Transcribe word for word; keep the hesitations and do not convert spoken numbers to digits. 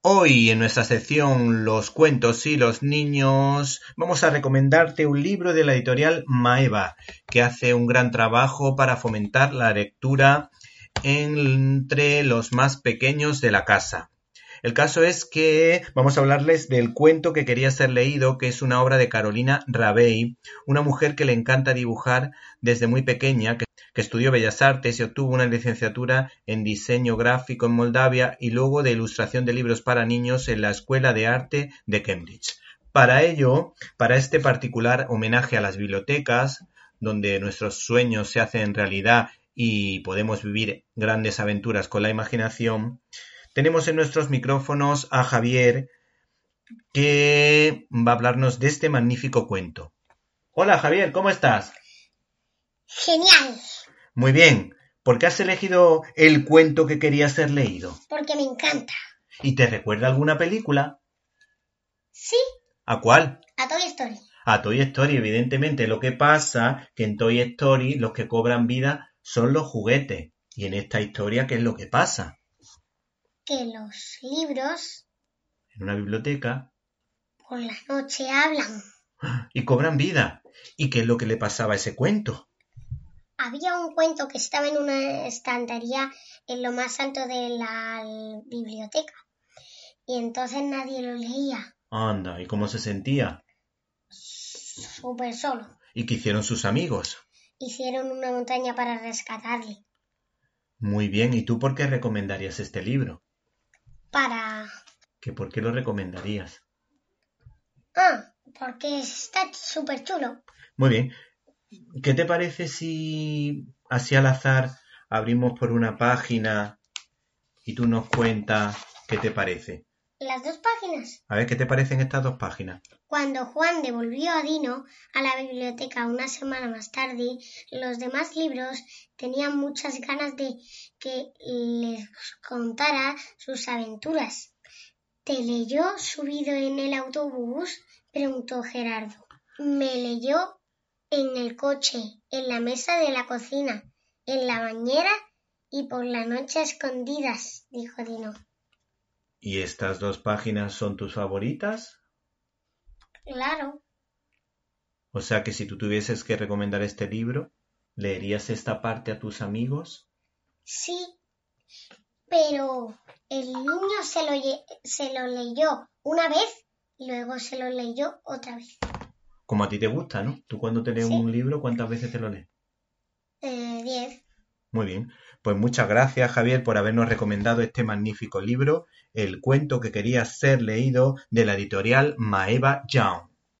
Hoy en nuestra sección Los cuentos y los niños vamos a recomendarte un libro de la editorial Maeva que hace un gran trabajo para fomentar la lectura entre los más pequeños de la casa. El caso es que vamos a hablarles del cuento que quería ser leído, que es una obra de Carolina Rabey, una mujer que le encanta dibujar desde muy pequeña, que, que estudió Bellas Artes y obtuvo una licenciatura en diseño gráfico en Moldavia y luego de ilustración de libros para niños en la Escuela de Arte de Cambridge. Para ello, para este particular homenaje a las bibliotecas, donde nuestros sueños se hacen realidad y podemos vivir grandes aventuras con la imaginación, tenemos en nuestros micrófonos a Javier, que va a hablarnos de este magnífico cuento. Hola Javier, ¿cómo estás? Genial. Muy bien. ¿Por qué has elegido el cuento que quería ser leído? Porque me encanta. ¿Y te recuerda alguna película? Sí. ¿A cuál? A Toy Story. A Toy Story, evidentemente. Lo que pasa que en Toy Story los que cobran vida son los juguetes. Y en esta historia, ¿qué es lo que pasa? Que los libros en una biblioteca por la noche hablan. Y cobran vida. ¿Y qué es lo que le pasaba a ese cuento? Había un cuento que estaba en una estantería en lo más alto de la biblioteca y entonces nadie lo leía. Anda, ¿y cómo se sentía? Súper solo. ¿Y qué hicieron sus amigos? Hicieron una montaña para rescatarle. Muy bien, ¿y tú por qué recomendarías este libro? Para... ¿Que por qué lo recomendarías? Ah, porque está súper chulo. Muy bien. ¿Qué te parece si así al azar abrimos por una página y tú nos cuentas qué te parece? ¿Las dos páginas? A ver, ¿qué te parecen estas dos páginas? Cuando Juan devolvió a Dino a la biblioteca una semana más tarde, los demás libros tenían muchas ganas de que les contara sus aventuras. ¿Te leyó subido en el autobús?, preguntó Gerardo. Me leyó en el coche, en la mesa de la cocina, en la bañera y por la noche a escondidas, dijo Dino. ¿Y estas dos páginas son tus favoritas? Claro. O sea que si tú tuvieses que recomendar este libro, ¿leerías esta parte a tus amigos? Sí, pero el niño se lo, se lo leyó una vez y luego se lo leyó otra vez. Como a ti te gusta, ¿no? Tú cuando te lees ¿Sí? un libro, ¿cuántas veces te lo lees? Eh, diez. Muy bien. Pues muchas gracias, Javier, por habernos recomendado este magnífico libro, El cuento que quería ser leído, de la editorial Maeva Young.